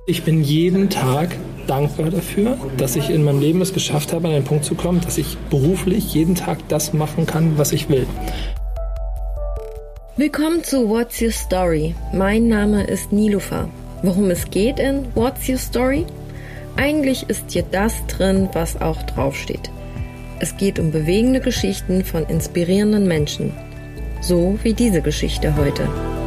Ich bin jeden Tag dankbar dafür, dass ich in meinem Leben es geschafft habe, an einen Punkt zu kommen, dass ich beruflich jeden Tag das machen kann, was ich will. Willkommen zu What's Your Story? Mein Name ist Nilufer. Worum es geht in What's Your Story? Eigentlich ist hier das drin, was auch draufsteht. Es geht um bewegende Geschichten von inspirierenden Menschen. So wie diese Geschichte heute.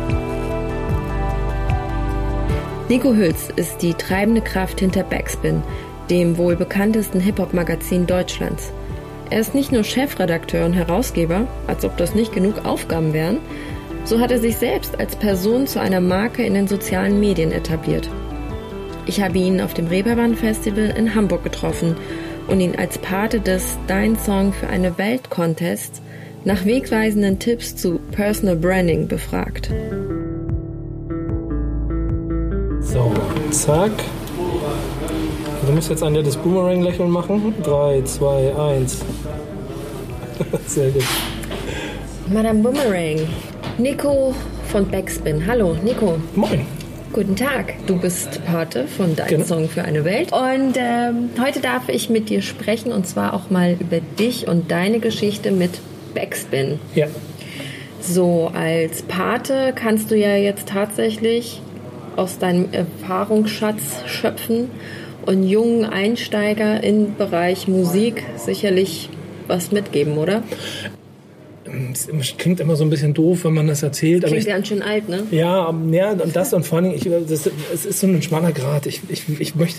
Nico Hülz ist die treibende Kraft hinter Backspin, dem wohl bekanntesten Hip-Hop-Magazin Deutschlands. Er ist nicht nur Chefredakteur und Herausgeber, als ob das nicht genug Aufgaben wären, so hat er sich selbst als Person zu einer Marke in den sozialen Medien etabliert. Ich habe ihn auf dem Reeperbahn Festival in Hamburg getroffen und ihn als Pate des Dein Song für eine Welt Contests nach wegweisenden Tipps zu Personal Branding befragt. So, zack. Du musst jetzt ein nettes Boomerang-Lächeln machen. 3, 2, 1. Sehr gut. Madame Boomerang. Nico von Backspin. Hallo, Nico. Moin. Guten Tag. Du bist Pate von Dein Song für eine Welt. Und heute darf ich mit dir sprechen und zwar auch mal über dich und deine Geschichte mit Backspin. Ja. So, als Pate kannst du ja jetzt tatsächlich aus deinem Erfahrungsschatz schöpfen und jungen Einsteiger im Bereich Musik sicherlich was mitgeben, oder? Es klingt immer so ein bisschen doof, wenn man das erzählt. Klingt ganz schön alt, ne? Ja, und das und vor allem, es ist so ein schmaler Grat. Ich möchte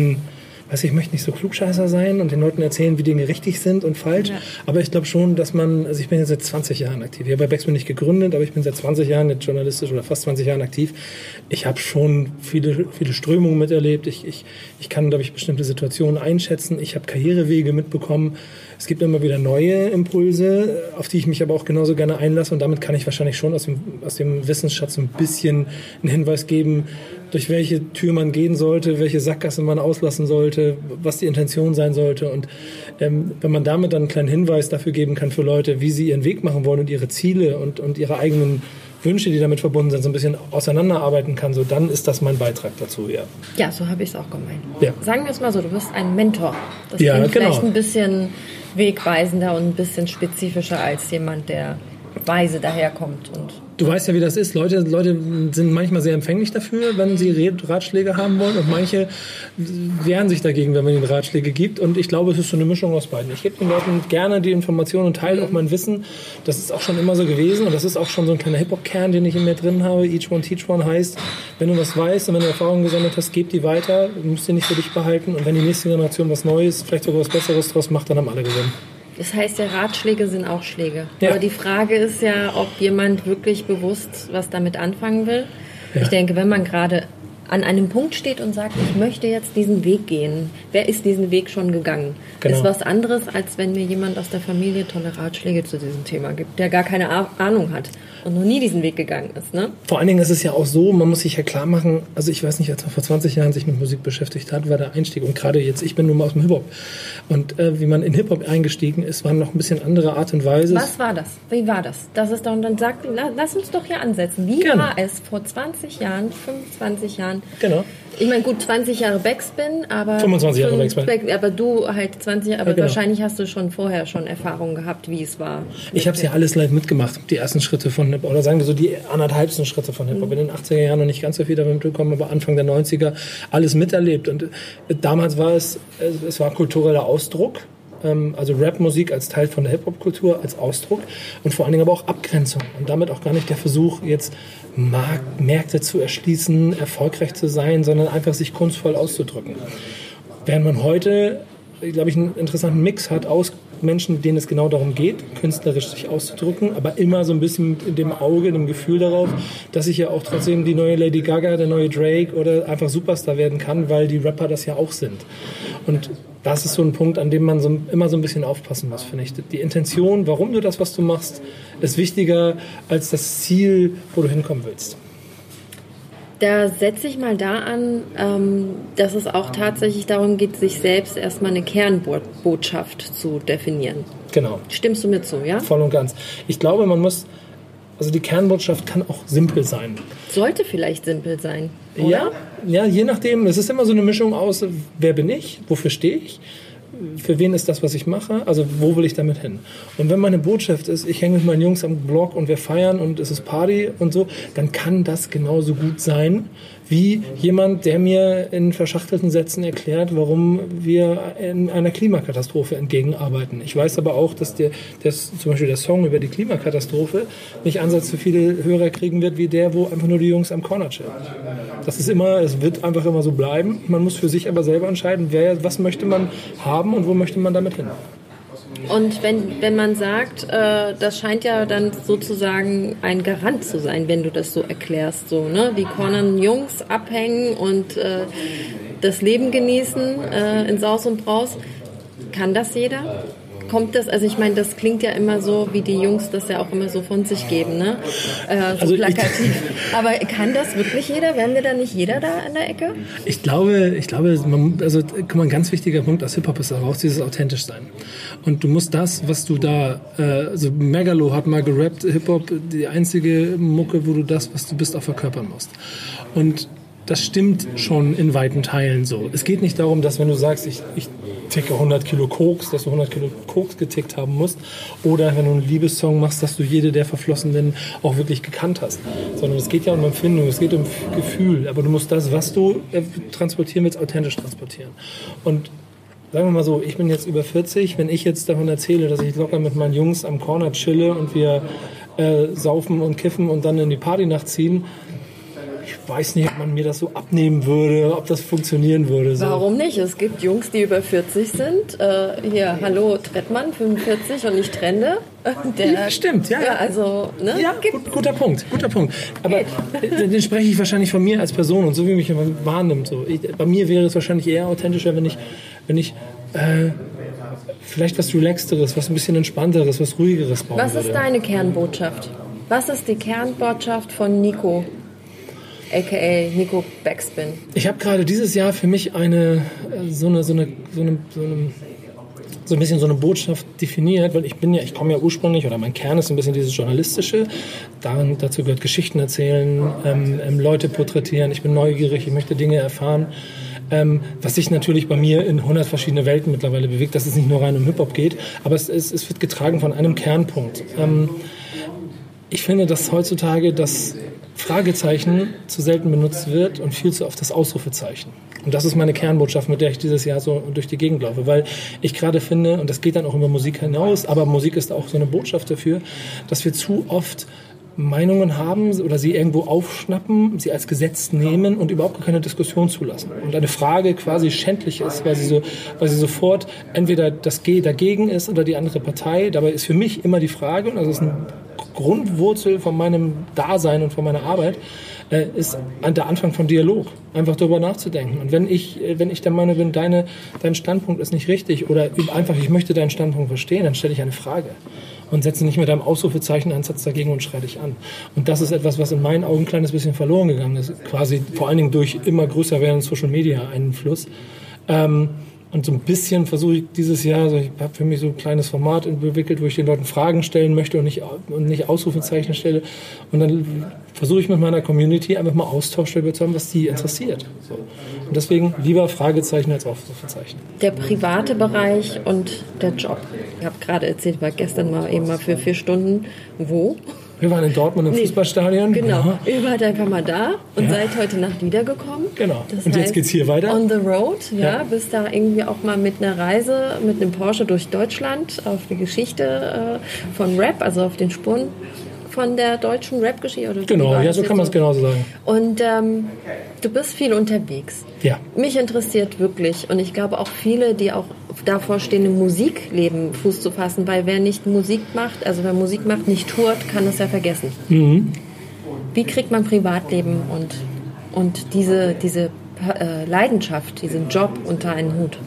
ich möchte nicht so Klugscheißer sein und den Leuten erzählen, wie Dinge richtig sind und falsch. Ja. Aber ich glaube schon, dass ich bin jetzt seit 20 Jahren aktiv. Ich habe bei Backspin nicht gegründet, aber ich bin seit 20 Jahren jetzt journalistisch oder fast 20 Jahren aktiv. Ich habe schon viele Strömungen miterlebt. Ich kann, glaube ich, bestimmte Situationen einschätzen. Ich habe Karrierewege mitbekommen. Es gibt immer wieder neue Impulse, auf die ich mich aber auch genauso gerne einlasse. Und damit kann ich wahrscheinlich schon aus dem Wissensschatz ein bisschen einen Hinweis geben, durch welche Tür man gehen sollte, welche Sackgasse man auslassen sollte, was die Intention sein sollte. Und wenn man damit dann einen kleinen Hinweis dafür geben kann für Leute, wie sie ihren Weg machen wollen und ihre Ziele und ihre eigenen Wünsche, die damit verbunden sind, so ein bisschen auseinanderarbeiten kann, so dann ist das mein Beitrag dazu, ja. Ja, so habe ich es auch gemeint. Ja. Sagen wir es mal so, du bist ein Mentor. Das ja, klingt genau. Vielleicht ein bisschen wegweisender und ein bisschen spezifischer als jemand, der weise daherkommt. Und du weißt ja, wie das ist. Leute sind manchmal sehr empfänglich dafür, wenn sie Ratschläge haben wollen und manche wehren sich dagegen, wenn man ihnen Ratschläge gibt und ich glaube, es ist so eine Mischung aus beiden. Ich gebe den Leuten gerne die Informationen und teile auch mein Wissen. Das ist auch schon immer so gewesen und das ist auch schon so ein kleiner Hip-Hop-Kern, den ich in mir drin habe. Each one teach one heißt, wenn du was weißt und wenn du Erfahrungen gesammelt hast, gib die weiter, du musst die nicht für dich behalten und wenn die nächste Generation was Neues, vielleicht sogar was Besseres draus macht, dann haben alle gewonnen. Das heißt ja, Ratschläge sind auch Schläge. Ja. Aber die Frage ist ja, ob jemand wirklich bewusst was damit anfangen will. Ja. Ich denke, wenn man gerade an einem Punkt steht und sagt, ich möchte jetzt diesen Weg gehen, wer ist diesen Weg schon gegangen? Genau. Ist was anderes, als wenn mir jemand aus der Familie tolle Ratschläge zu diesem Thema gibt, der gar keine Ahnung hat und noch nie diesen Weg gegangen ist. Ne? Vor allen Dingen ist es ja auch so, man muss sich ja klar machen, also ich weiß nicht, als man vor 20 Jahren sich mit Musik beschäftigt hat, war der Einstieg und gerade jetzt, ich bin nun mal aus dem Hip-Hop und wie man in Hip-Hop eingestiegen ist, war noch ein bisschen andere Art und Weise. Was war das? Wie war das? Das ist doch, und dann sagt, lass uns doch hier ansetzen. Wie war es vor 20 Jahren, 25 Jahren? Genau. Ich meine, gut, 20 Jahre Backspin, aber 25 Jahre Backspin. Aber du halt 20 Jahre, aber ja, genau. Wahrscheinlich hast du schon vorher Erfahrungen gehabt, wie es war. Ich habe es ja alles live mitgemacht, die ersten Schritte von Hip-Hop, oder sagen wir so die anderthalbsten Schritte von Hip-Hop. In den 80er Jahren noch nicht ganz so viel damit mitbekommen, aber Anfang der 90er alles miterlebt. Und damals war es war kultureller Ausdruck. Also Rap-Musik als Teil von der Hip-Hop-Kultur, als Ausdruck und vor allen Dingen aber auch Abgrenzung und damit auch gar nicht der Versuch, jetzt Märkte zu erschließen, erfolgreich zu sein, sondern einfach sich kunstvoll auszudrücken. Während man heute, glaube ich, einen interessanten Mix hat aus Menschen, denen es genau darum geht, künstlerisch sich auszudrücken, aber immer so ein bisschen mit dem Auge, dem Gefühl darauf, dass ich ja auch trotzdem die neue Lady Gaga, der neue Drake oder einfach Superstar werden kann, weil die Rapper das ja auch sind. Und das ist so ein Punkt, an dem man immer so ein bisschen aufpassen muss, finde ich. Die Intention, warum du das, was du machst, ist wichtiger als das Ziel, wo du hinkommen willst. Da setze ich mal da an, dass es auch tatsächlich darum geht, sich selbst erstmal eine Kernbotschaft zu definieren. Genau. Stimmst du mir zu, ja? Voll und ganz. Ich glaube, also die Kernbotschaft kann auch simpel sein. Sollte vielleicht simpel sein. oder? Ja, je nachdem. Es ist immer so eine Mischung aus, wer bin ich, wofür stehe ich, für wen ist das, was ich mache, also wo will ich damit hin. Und wenn meine Botschaft ist, ich hänge mit meinen Jungs am Block und wir feiern und es ist Party und so, dann kann das genauso gut sein, wie jemand, der mir in verschachtelten Sätzen erklärt, warum wir in einer Klimakatastrophe entgegenarbeiten. Ich weiß aber auch, dass zum Beispiel der Song über die Klimakatastrophe nicht Ansatz für viele Hörer kriegen wird, wie der, wo einfach nur die Jungs am Corner chillen. Es wird einfach immer so bleiben. Man muss für sich aber selber entscheiden, was möchte man haben und wo möchte man damit hin. Und wenn man sagt, das scheint ja dann sozusagen ein Garant zu sein, wenn du das so erklärst, so, ne? Die cornern Jungs abhängen und das Leben genießen in Saus und Braus. Kann das jeder? Kommt das, also ich meine, das klingt ja immer so, wie die Jungs das ja auch immer so von sich geben, ne? So plakativ. Aber kann das wirklich jeder? Wären wir da nicht jeder da in der Ecke? Ich glaube, guck mal, ein ganz wichtiger Punkt aus Hip-Hop ist auch dieses authentisch sein. Und du musst das, was du da, Megalo hat mal gerappt, Hip-Hop, die einzige Mucke, wo du das, was du bist, auch verkörpern musst. Und das stimmt schon in weiten Teilen so. Es geht nicht darum, dass wenn du sagst, ich ticke 100 Kilo Koks, dass du 100 Kilo Koks getickt haben musst. Oder wenn du einen Liebessong machst, dass du jede der Verflossenen auch wirklich gekannt hast. Sondern es geht ja um Empfindung, es geht um Gefühl. Aber du musst das, was du transportieren willst, authentisch transportieren. Und sagen wir mal so, ich bin jetzt über 40. Wenn ich jetzt davon erzähle, dass ich locker mit meinen Jungs am Corner chille und wir saufen und kiffen und dann in die Partynacht ziehen, ich weiß nicht, ob man mir das so abnehmen würde, ob das funktionieren würde. So. Warum nicht? Es gibt Jungs, die über 40 sind. Hier, hallo, Trettmann, 45 und nicht Trende. Stimmt, ja. Also, ne? Ja, guter Punkt. Aber den spreche ich wahrscheinlich von mir als Person und so, wie mich jemand wahrnimmt. So. Bei mir wäre es wahrscheinlich eher authentischer, wenn ich vielleicht was Relaxteres, was ein bisschen Entspannteres, was Ruhigeres bauen würde. Was ist deine Kernbotschaft? Was ist die Kernbotschaft von Nico? A.k.a. Nico Backspin. Ich habe gerade dieses Jahr für mich so ein bisschen so eine Botschaft definiert, weil ich komme ja ursprünglich, oder mein Kern ist ein bisschen dieses Journalistische. Dazu gehört Geschichten erzählen, Leute porträtieren. Ich bin neugierig, ich möchte Dinge erfahren. Was sich natürlich bei mir in 100 verschiedene Welten mittlerweile bewegt, dass es nicht nur rein um Hip-Hop geht, aber es wird getragen von einem Kernpunkt. Ich finde, dass heutzutage das Fragezeichen zu selten benutzt wird und viel zu oft das Ausrufezeichen. Und das ist meine Kernbotschaft, mit der ich dieses Jahr so durch die Gegend laufe, weil ich gerade finde, und das geht dann auch über Musik hinaus, aber Musik ist auch so eine Botschaft dafür, dass wir zu oft Meinungen haben oder sie irgendwo aufschnappen, sie als Gesetz nehmen und überhaupt keine Diskussion zulassen. Und eine Frage quasi schändlich ist, weil sie sofort entweder das dagegen ist oder die andere Partei. Dabei ist für mich immer die Frage, und das ist eine Grundwurzel von meinem Dasein und von meiner Arbeit, ist der Anfang von Dialog. Einfach darüber nachzudenken. Und wenn ich der Meinung bin, dein Standpunkt ist nicht richtig oder einfach, ich möchte deinen Standpunkt verstehen, dann stelle ich eine Frage. Und setze nicht mit einem Ausrufezeichen einen Satz dagegen und schreie dich an. Und das ist etwas, was in meinen Augen ein kleines bisschen verloren gegangen ist. Quasi vor allen Dingen durch immer größer werdenden Social-Media-Einfluss. Und so ein bisschen versuche ich dieses Jahr, ich habe für mich so ein kleines Format entwickelt, wo ich den Leuten Fragen stellen möchte und nicht Ausrufezeichen stelle. Und dann versuche ich mit meiner Community einfach mal Austausch darüber zu haben, was die interessiert. So. Und deswegen lieber Fragezeichen als Ausrufezeichen. Der private Bereich und der Job. Ich habe gerade erzählt, ich war gestern mal für 4 Stunden wo? Wir waren in Dortmund im Fußballstadion. Genau. Ja. Ihr wart einfach mal da und seid heute Nacht wiedergekommen. Genau. Das und jetzt geht's hier weiter. On the road, bist da irgendwie auch mal mit einer Reise mit einem Porsche durch Deutschland auf die Geschichte von Rap, also auf den Spuren von der deutschen Rap-Geschichte. Oder genau, ja, so kann man es genauso sagen. Und du bist viel unterwegs. Ja. Mich interessiert wirklich, und ich glaube auch viele, die auch davor stehen, im Musikleben Fuß zu fassen, weil wer Musik macht, nicht tourt, kann es ja vergessen. Mhm. Wie kriegt man Privatleben und diese Leidenschaft, diesen Job unter einen Hut?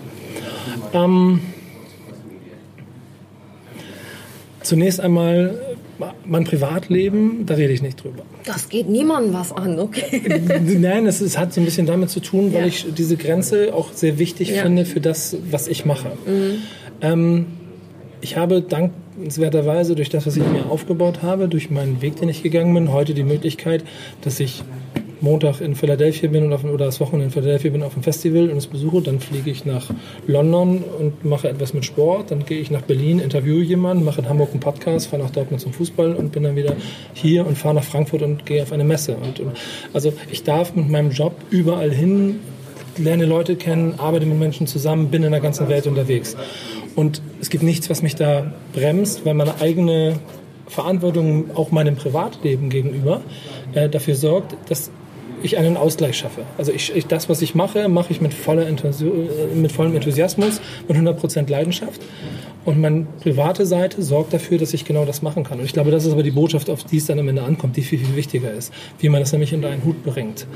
Zunächst einmal mein Privatleben, da rede ich nicht drüber. Das geht niemandem was an, okay? Nein, es hat so ein bisschen damit zu tun, weil ich diese Grenze auch sehr wichtig finde für das, was ich mache. Mhm. Ich habe dankenswerterweise durch das, was ich mir aufgebaut habe, durch meinen Weg, den ich gegangen bin, heute die Möglichkeit, dass ich Montag in Philadelphia bin oder das Wochenende in Philadelphia bin auf dem Festival und es besuche, dann fliege ich nach London und mache etwas mit Sport, dann gehe ich nach Berlin, interviewe jemanden, mache in Hamburg einen Podcast, fahre nach Dortmund zum Fußball und bin dann wieder hier und fahre nach Frankfurt und gehe auf eine Messe. Und also ich darf mit meinem Job überall hin, lerne Leute kennen, arbeite mit Menschen zusammen, bin in der ganzen Welt unterwegs. Und es gibt nichts, was mich da bremst, weil meine eigene Verantwortung auch meinem Privatleben gegenüber dafür sorgt, dass ich einen Ausgleich schaffe. Also das, was ich mache, mache ich mit vollem Enthusiasmus, mit 100% Leidenschaft. Und meine private Seite sorgt dafür, dass ich genau das machen kann. Und ich glaube, das ist aber die Botschaft, auf die es dann am Ende ankommt, die viel, viel wichtiger ist, wie man das nämlich unter einen Hut bringt.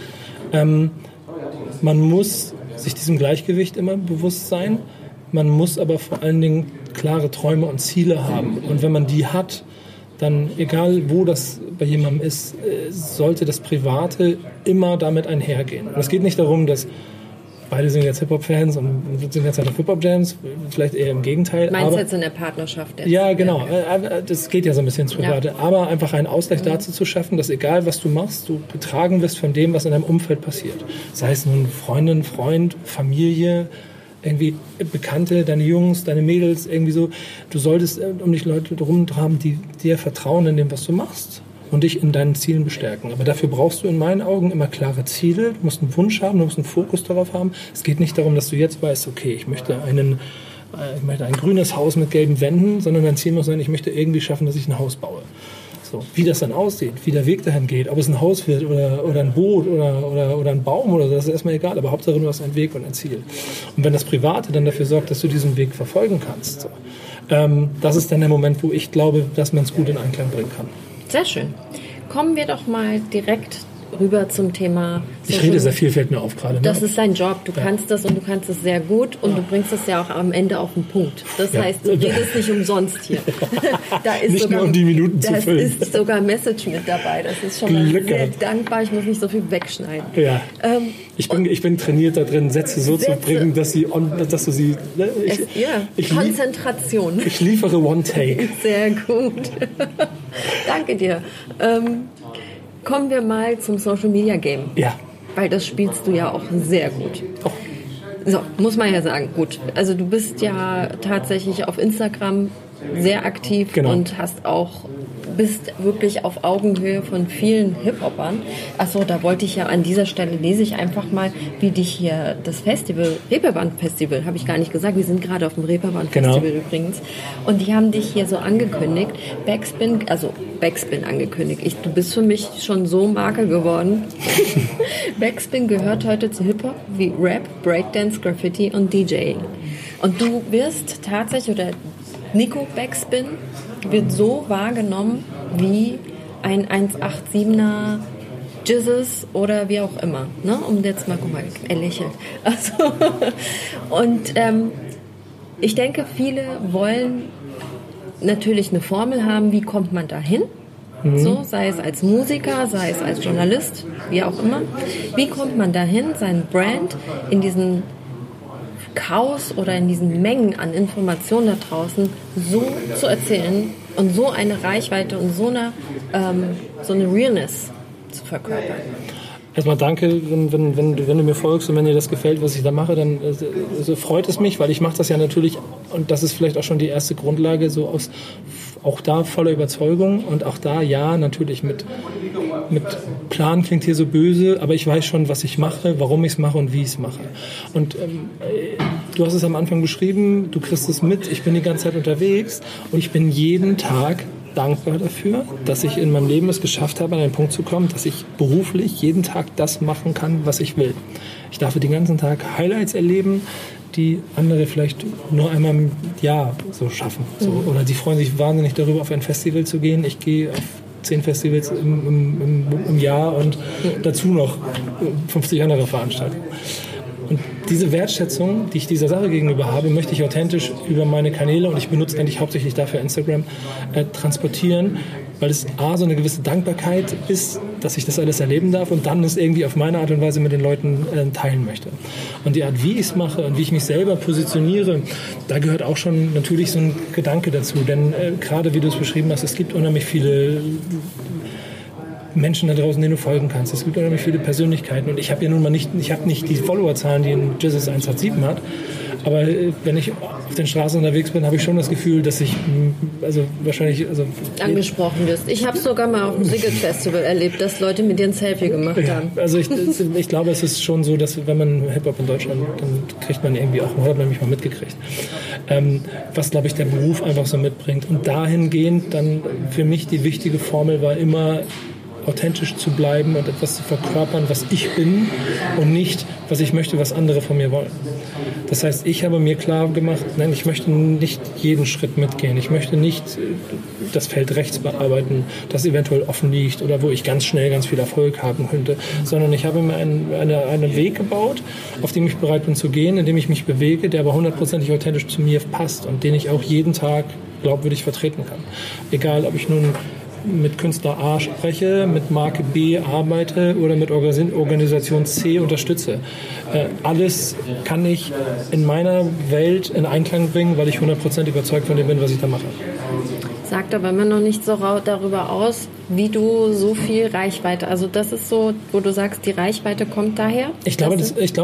Man muss sich diesem Gleichgewicht immer bewusst sein. Man muss aber vor allen Dingen klare Träume und Ziele haben. Und wenn man die hat, dann, egal wo das bei jemandem ist, sollte das Private immer damit einhergehen. Und es geht nicht darum, dass beide sind jetzt Hip-Hop-Fans und sind jetzt halt auf Hip-Hop-Jams, vielleicht eher im Gegenteil. Meinst du jetzt in der Partnerschaft? Jetzt? Ja, genau. Das geht ja so ein bisschen ins Private. Ja. Aber einfach einen Ausgleich dazu zu schaffen, dass egal was du machst, du getragen wirst von dem, was in deinem Umfeld passiert. Sei es nun Freundin, Freund, Familie, irgendwie Bekannte, deine Jungs, deine Mädels, irgendwie so. Du solltest um dich Leute drum haben, die dir vertrauen in dem, was du machst und dich in deinen Zielen bestärken. Aber dafür brauchst du in meinen Augen immer klare Ziele. Du musst einen Wunsch haben, du musst einen Fokus darauf haben. Es geht nicht darum, dass du jetzt weißt, okay, ich möchte ein grünes Haus mit gelben Wänden, sondern dein Ziel muss sein, ich möchte irgendwie schaffen, dass ich ein Haus baue. So, wie das dann aussieht, wie der Weg dahin geht, ob es ein Haus wird oder ein Boot oder ein Baum oder so, das ist erstmal egal, aber Hauptsache du hast ein Weg und ein Ziel. Und wenn das Private dann dafür sorgt, dass du diesen Weg verfolgen kannst, so, das ist dann der Moment, wo ich glaube, dass man es gut in Einklang bringen kann. Sehr schön. Kommen wir doch mal direkt rüber zum Thema. Ich rede sehr viel, fällt mir auf gerade. Ne? Das ist dein Job. Du kannst das und du kannst es sehr gut und du bringst es ja auch am Ende auf den Punkt. Das heißt, du redest nicht umsonst hier. Da ist nicht sogar, nur um die Minuten zu füllen. Da ist sogar ein Message mit dabei. Das ist schon mal sehr dankbar. Ich muss nicht so viel wegschneiden. Ja. Ich bin trainiert da drin, Sätze so zu bringen, dass du sie... Konzentration. Ich liefere One Take. Sehr gut. Danke dir. Kommen wir mal zum Social Media Game. Ja. Weil das spielst du ja auch sehr gut. Oh. So, muss man ja sagen. Gut. Also du bist ja tatsächlich auf Instagram sehr aktiv und bist wirklich auf Augenhöhe von vielen Hip-Hopern. Achso, da wollte ich ja an dieser Stelle, lese ich einfach mal, wie dich hier das Festival, Reeperbahn-Festival, habe ich gar nicht gesagt, wir sind gerade auf dem Reeperbahn-Festival übrigens, und die haben dich hier so angekündigt, Backspin angekündigt. Du bist für mich schon so Marke geworden. Backspin gehört heute zu Hip-Hop wie Rap, Breakdance, Graffiti und DJing. Und du wirst tatsächlich, oder Nico Backspin wird so wahrgenommen wie ein 187er Jizzes oder wie auch immer. Ne? Um jetzt mal, guck mal, er lächelt. Also, und ich denke, viele wollen natürlich eine Formel haben, wie kommt man dahin? So, sei es als Musiker, sei es als Journalist, wie auch immer. Wie kommt man dahin, sein Brand in diesen Chaos oder in diesen Mengen an Informationen da draußen so zu erzählen und so eine Reichweite und so eine Realness zu verkörpern? Erstmal danke, wenn du mir folgst und wenn dir das gefällt, was ich da mache, dann freut es mich, weil ich mache das ja natürlich, und das ist vielleicht auch schon die erste Grundlage, so aus auch da voller Überzeugung und auch da ja natürlich mit Plan, klingt hier so böse, aber ich weiß schon, was ich mache, warum ich es mache und wie ich es mache. Und du hast es am Anfang beschrieben, du kriegst es mit, ich bin die ganze Zeit unterwegs und ich bin jeden Tag dankbar dafür, dass ich in meinem Leben es geschafft habe, an einen Punkt zu kommen, dass ich beruflich jeden Tag das machen kann, was ich will. Ich darf den ganzen Tag Highlights erleben, die andere vielleicht nur einmal im Jahr so schaffen. So. Oder die freuen sich wahnsinnig darüber, auf ein Festival zu gehen. Ich gehe auf 10 Festivals im Jahr und dazu noch 50 andere Veranstaltungen. Und diese Wertschätzung, die ich dieser Sache gegenüber habe, möchte ich authentisch über meine Kanäle, und ich benutze eigentlich hauptsächlich dafür Instagram, transportieren, weil es so eine gewisse Dankbarkeit ist, dass ich das alles erleben darf und dann es irgendwie auf meine Art und Weise mit den Leuten teilen möchte. Und die Art, wie ich es mache und wie ich mich selber positioniere, da gehört auch schon natürlich so ein Gedanke dazu. Denn gerade wie du es beschrieben hast, es gibt unheimlich viele Menschen da draußen, denen du folgen kannst. Es gibt unheimlich viele Persönlichkeiten und ich habe ja nun mal nicht die Followerzahlen, die ein Jesus 187 hat. Aber wenn ich auf den Straßen unterwegs bin, habe ich schon das Gefühl, dass ich angesprochen wirst. Ich habe sogar mal auf dem Siget Festival erlebt, dass Leute mit dir ein Selfie gemacht haben. Also ich glaube, es ist schon so, dass wenn man Hip-Hop in Deutschland, dann kriegt man irgendwie auch, hat man mich mal mitgekriegt, was, glaube ich, der Beruf einfach so mitbringt. Und dahingehend dann für mich die wichtige Formel war immer, authentisch zu bleiben und etwas zu verkörpern, was ich bin und nicht, was ich möchte, was andere von mir wollen. Das heißt, ich habe mir klar gemacht, nein, ich möchte nicht jeden Schritt mitgehen. Ich möchte nicht das Feld rechts bearbeiten, das eventuell offen liegt oder wo ich ganz schnell ganz viel Erfolg haben könnte, sondern ich habe mir einen Weg gebaut, auf dem ich bereit bin zu gehen, in dem ich mich bewege, der aber 100% authentisch zu mir passt und den ich auch jeden Tag glaubwürdig vertreten kann. Egal, ob ich nun mit Künstler A spreche, mit Marke B arbeite oder mit Organisation C unterstütze. Alles kann ich in meiner Welt in Einklang bringen, weil ich 100% überzeugt von dem bin, was ich da mache. Sagt aber immer noch nicht so darüber aus, wie du so viel Reichweite, also das ist so, wo du sagst, die Reichweite kommt daher? Ich glaube,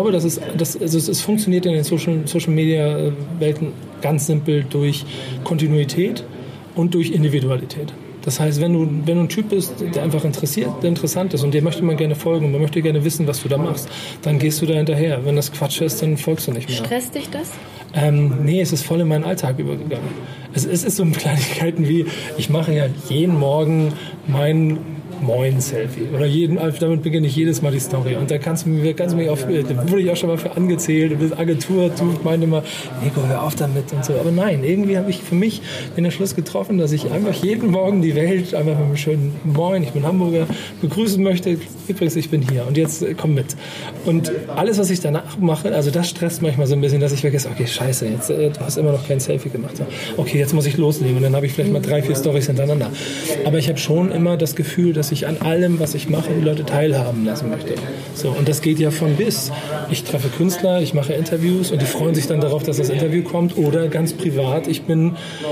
es funktioniert in den Social Media Welten ganz simpel durch Kontinuität und durch Individualität. Das heißt, wenn du ein Typ bist, der einfach interessant ist und dem möchte man gerne folgen und man möchte gerne wissen, was du da machst, dann gehst du da hinterher. Wenn das Quatsch ist, dann folgst du nicht mehr. Stresst dich das? Nee, es ist voll in meinen Alltag übergegangen. Es ist so Kleinigkeiten wie, ich mache ja jeden Morgen mein Moin-Selfie. Oder damit beginne ich jedes Mal die Story. Und da kannst du mich da wurde ich auch schon mal für angezählt. Und das Agentur meinte immer, Nico, hör auf damit und so. Aber nein, irgendwie habe ich für mich den Entschluss getroffen, dass ich einfach jeden Morgen die Welt einfach mit einem schönen Moin, ich bin Hamburger, begrüßen möchte. Übrigens, ich bin hier und jetzt komm mit. Und alles, was ich danach mache, also das stresst manchmal so ein bisschen, dass ich vergesse, okay, scheiße, jetzt, du hast immer noch kein Selfie gemacht. Okay, jetzt muss ich loslegen. Und dann habe ich vielleicht mal 3-4 Storys hintereinander. Aber ich habe schon immer das Gefühl, dass ich an allem, was ich mache, die Leute teilhaben lassen möchte. So, und das geht ja von bis. Ich treffe Künstler, ich mache Interviews und die freuen sich dann darauf, dass das Interview kommt. Oder ganz privat, ich glaube,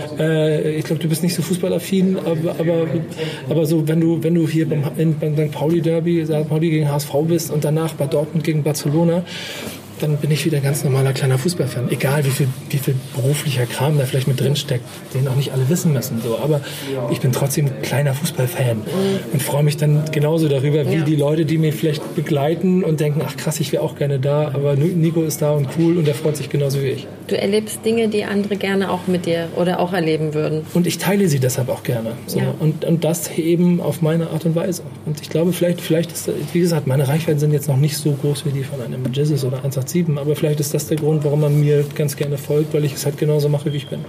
du bist nicht so fußballaffin, aber so, wenn du hier beim St. Pauli Derby, St. Pauli gegen HSV bist und danach bei Dortmund gegen Barcelona, dann bin ich wieder ganz normaler kleiner Fußballfan. Egal, wie viel beruflicher Kram da vielleicht mit drin steckt, den auch nicht alle wissen müssen. So. Aber ich bin trotzdem kleiner Fußballfan und freue mich dann genauso darüber, wie die Leute, die mich vielleicht begleiten und denken, ach krass, ich wäre auch gerne da, aber Nico ist da und cool und der freut sich genauso wie ich. Du erlebst Dinge, die andere gerne auch mit dir oder auch erleben würden. Und ich teile sie deshalb auch gerne. So. Ja. Und das eben auf meine Art und Weise. Und ich glaube, vielleicht ist, wie gesagt, meine Reichweiten sind jetzt noch nicht so groß wie die von einem Jesus oder 187, aber vielleicht ist das der Grund, warum man mir ganz gerne folgt, weil ich es halt genauso mache, wie ich bin.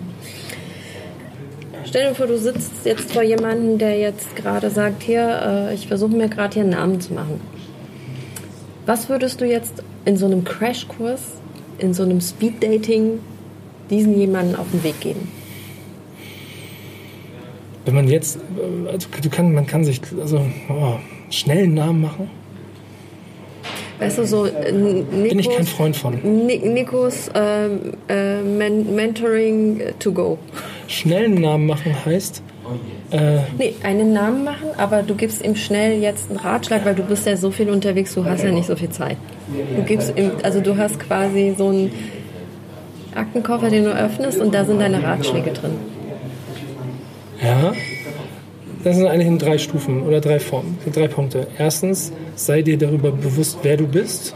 Stell dir vor, du sitzt jetzt vor jemandem, der jetzt gerade sagt, hier, ich versuche mir gerade hier einen Namen zu machen. Was würdest du jetzt in so einem Crashkurs, in so einem Speeddating diesen jemanden auf den Weg geben? Wenn man jetzt, man kann sich schnell einen Namen machen. Weißt du, so bin ich kein Freund von. Nikos Mentoring to go. Schnell einen Namen machen heißt? Einen Namen machen, aber du gibst ihm schnell jetzt einen Ratschlag, weil du bist ja so viel unterwegs, du hast ja nicht so viel Zeit. Du hast quasi so einen Aktenkoffer, den du öffnest und da sind deine Ratschläge drin. Ja. Das sind eigentlich in 3 Stufen oder 3 Formen, 3 Punkte. Erstens, sei dir darüber bewusst, wer du bist.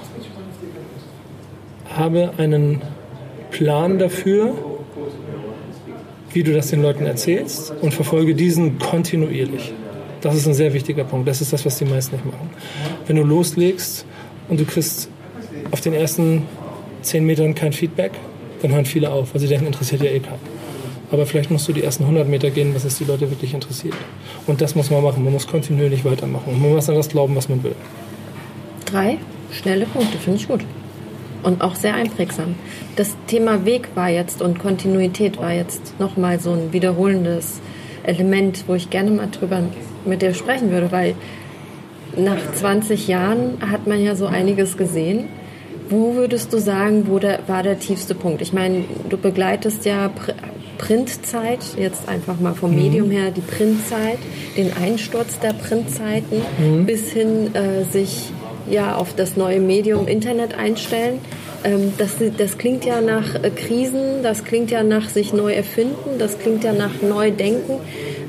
Habe einen Plan dafür, wie du das den Leuten erzählst und verfolge diesen kontinuierlich. Das ist ein sehr wichtiger Punkt. Das ist das, was die meisten nicht machen. Wenn du loslegst und du kriegst auf den ersten 10 Metern kein Feedback, dann hören viele auf, weil sie denken, interessiert ja eh keinen. Aber vielleicht musst du die ersten 100 Meter gehen, was es die Leute wirklich interessiert. Und das muss man machen. Man muss kontinuierlich weitermachen. Und man muss an das glauben, was man will. 3 schnelle Punkte, finde ich gut. Und auch sehr einprägsam. Das Thema Weg war jetzt und Kontinuität war jetzt nochmal so ein wiederholendes Element, wo ich gerne mal drüber mit dir sprechen würde, weil nach 20 Jahren hat man ja so einiges gesehen. Wo würdest du sagen, war der tiefste Punkt? Ich meine, du begleitest ja Printzeit, jetzt einfach mal vom Medium her, die Printzeit, den Einsturz der Printzeiten, bis hin sich auf das neue Medium Internet einstellen. Das klingt ja nach Krisen, das klingt ja nach sich neu erfinden, das klingt ja nach neu denken.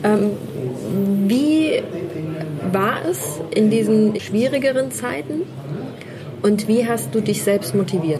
Wie war es in diesen schwierigeren Zeiten und wie hast du dich selbst motiviert?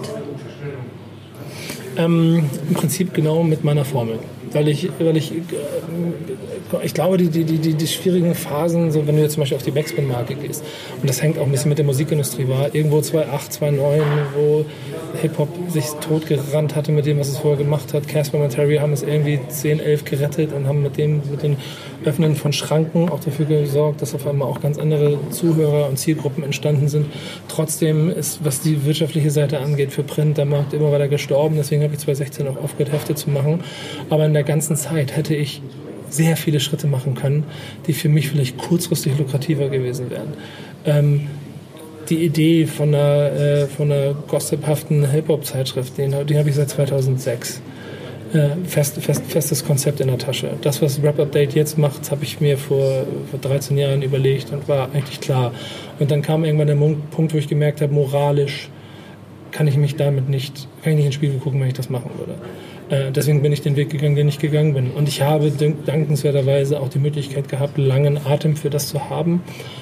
Im Prinzip genau mit meiner Formel. Weil ich glaube, die schwierigen Phasen, so wenn du jetzt zum Beispiel auf die Backspin-Marke gehst, und das hängt auch ein bisschen mit der Musikindustrie war, irgendwo 2008, 2009, wo Hip-Hop sich totgerannt hatte mit dem, was es vorher gemacht hat. Casper und Terry haben es irgendwie 10, 11 gerettet und haben mit den Öffnen von Schranken auch dafür gesorgt, dass auf einmal auch ganz andere Zuhörer und Zielgruppen entstanden sind. Trotzdem ist, was die wirtschaftliche Seite angeht, für Print der Markt immer weiter gestorben. Deswegen habe ich 2016 auch aufgehört, Hefte zu machen. Aber in der ganzen Zeit hätte ich sehr viele Schritte machen können, die für mich vielleicht kurzfristig lukrativer gewesen wären. Die Idee von einer gossiphaften Hip-Hop-Zeitschrift, die habe ich seit 2006. Festes Konzept in der Tasche. Das, was Rap Update jetzt macht, habe ich mir vor 13 Jahren überlegt und war eigentlich klar. Und dann kam irgendwann der Punkt, wo ich gemerkt habe, moralisch kann ich nicht ins Spiegel gucken, wenn ich das machen würde. Deswegen bin ich den Weg gegangen, den ich gegangen bin. Und ich habe dankenswerterweise auch die Möglichkeit gehabt, langen Atem für das zu haben.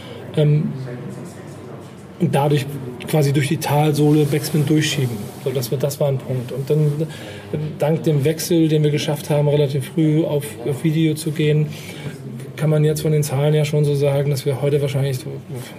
Und dadurch quasi durch die Talsohle Backspin durchschieben. So, das war ein Punkt. Und dann dank dem Wechsel, den wir geschafft haben, relativ früh auf Video zu gehen, kann man jetzt von den Zahlen ja schon so sagen, dass wir heute wahrscheinlich so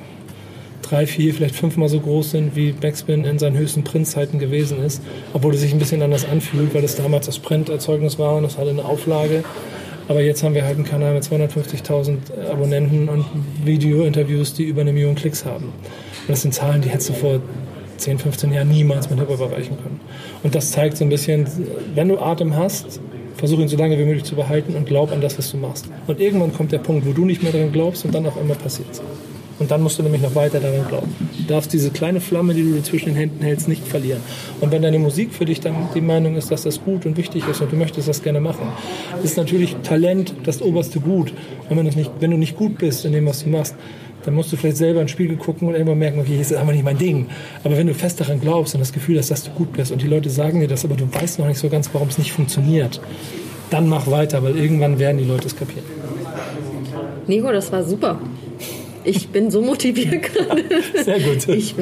3, 4, vielleicht 5-mal so groß sind, wie Backspin in seinen höchsten Printzeiten gewesen ist. Obwohl es sich ein bisschen anders anfühlt, weil es damals das Printerzeugnis war und das hatte eine Auflage. Aber jetzt haben wir halt einen Kanal mit 250.000 Abonnenten und Video-Interviews, die über 1 Million Klicks haben. Und das sind Zahlen, die hättest du vor 10, 15 Jahren niemals mit Hip-Hop erreichen können. Und das zeigt so ein bisschen, wenn du Atem hast, versuch ihn so lange wie möglich zu behalten und glaub an das, was du machst. Und irgendwann kommt der Punkt, wo du nicht mehr daran glaubst und dann auf einmal passiert's. Und dann musst du nämlich noch weiter daran glauben. Du darfst diese kleine Flamme, die du zwischen den Händen hältst, nicht verlieren. Und wenn deine Musik für dich dann die Meinung ist, dass das gut und wichtig ist und du möchtest das gerne machen, ist natürlich Talent das oberste Gut. Und wenn du nicht gut bist in dem, was du machst, dann musst du vielleicht selber in den Spiegel gucken und irgendwann merken, okay, das ist einfach nicht mein Ding. Aber wenn du fest daran glaubst und das Gefühl hast, dass du gut bist und die Leute sagen dir das, aber du weißt noch nicht so ganz, warum es nicht funktioniert, dann mach weiter, weil irgendwann werden die Leute es kapieren. Nico, das war super. Ich bin so motiviert gerade. Sehr gut. Ich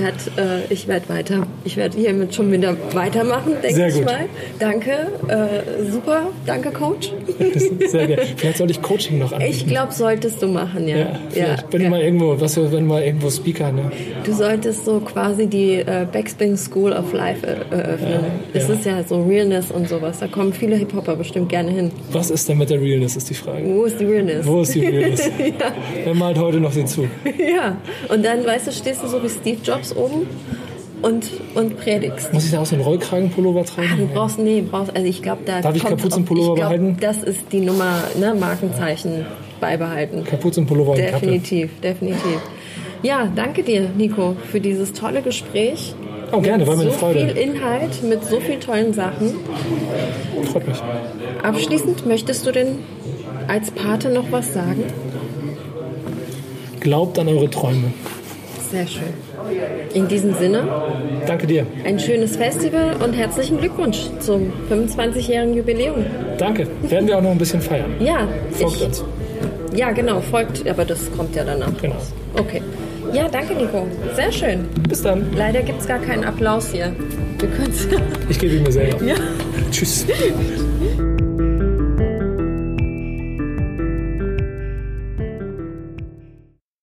werde hiermit schon wieder weitermachen, denke ich mal. Danke, super. Danke, Coach. Sehr gerne. Vielleicht sollte ich Coaching noch anbieten. Ich glaube, solltest du machen, ja. Wenn du mal irgendwo Speaker, ne? Du solltest so quasi die Backspin School of Life eröffnen. Es ist ja so Realness und sowas. Da kommen viele Hip-Hopper bestimmt gerne hin. Was ist denn mit der Realness, ist die Frage. Wo ist die Realness? Ja. Wer malt heute noch den Zug? Ja, und dann, weißt du, stehst du so wie Steve Jobs oben und predigst. Muss ich da auch so einen Rollkragenpullover tragen? Also ich glaube, da darf ich Kapuzenpullover behalten? Das ist die Nummer, ne, Markenzeichen beibehalten. Kapuzenpullover und Kappe. Definitiv. Ja, danke dir, Nico, für dieses tolle Gespräch. Oh, gerne, war mir eine Freude. So viel Inhalt, mit so vielen tollen Sachen. Freut mich. Abschließend, möchtest du denn als Pate noch was sagen? Glaubt an eure Träume. Sehr schön. In diesem Sinne. Danke dir. Ein schönes Festival und herzlichen Glückwunsch zum 25-jährigen Jubiläum. Danke. Werden wir auch noch ein bisschen feiern. Ja. Folgt uns. Ja, genau. Folgt. Aber das kommt ja danach. Genau. Okay. Ja, danke, Nico. Sehr schön. Bis dann. Leider gibt es gar keinen Applaus hier. Wir können's. Ich gebe ihn mir selber. Ja. Tschüss.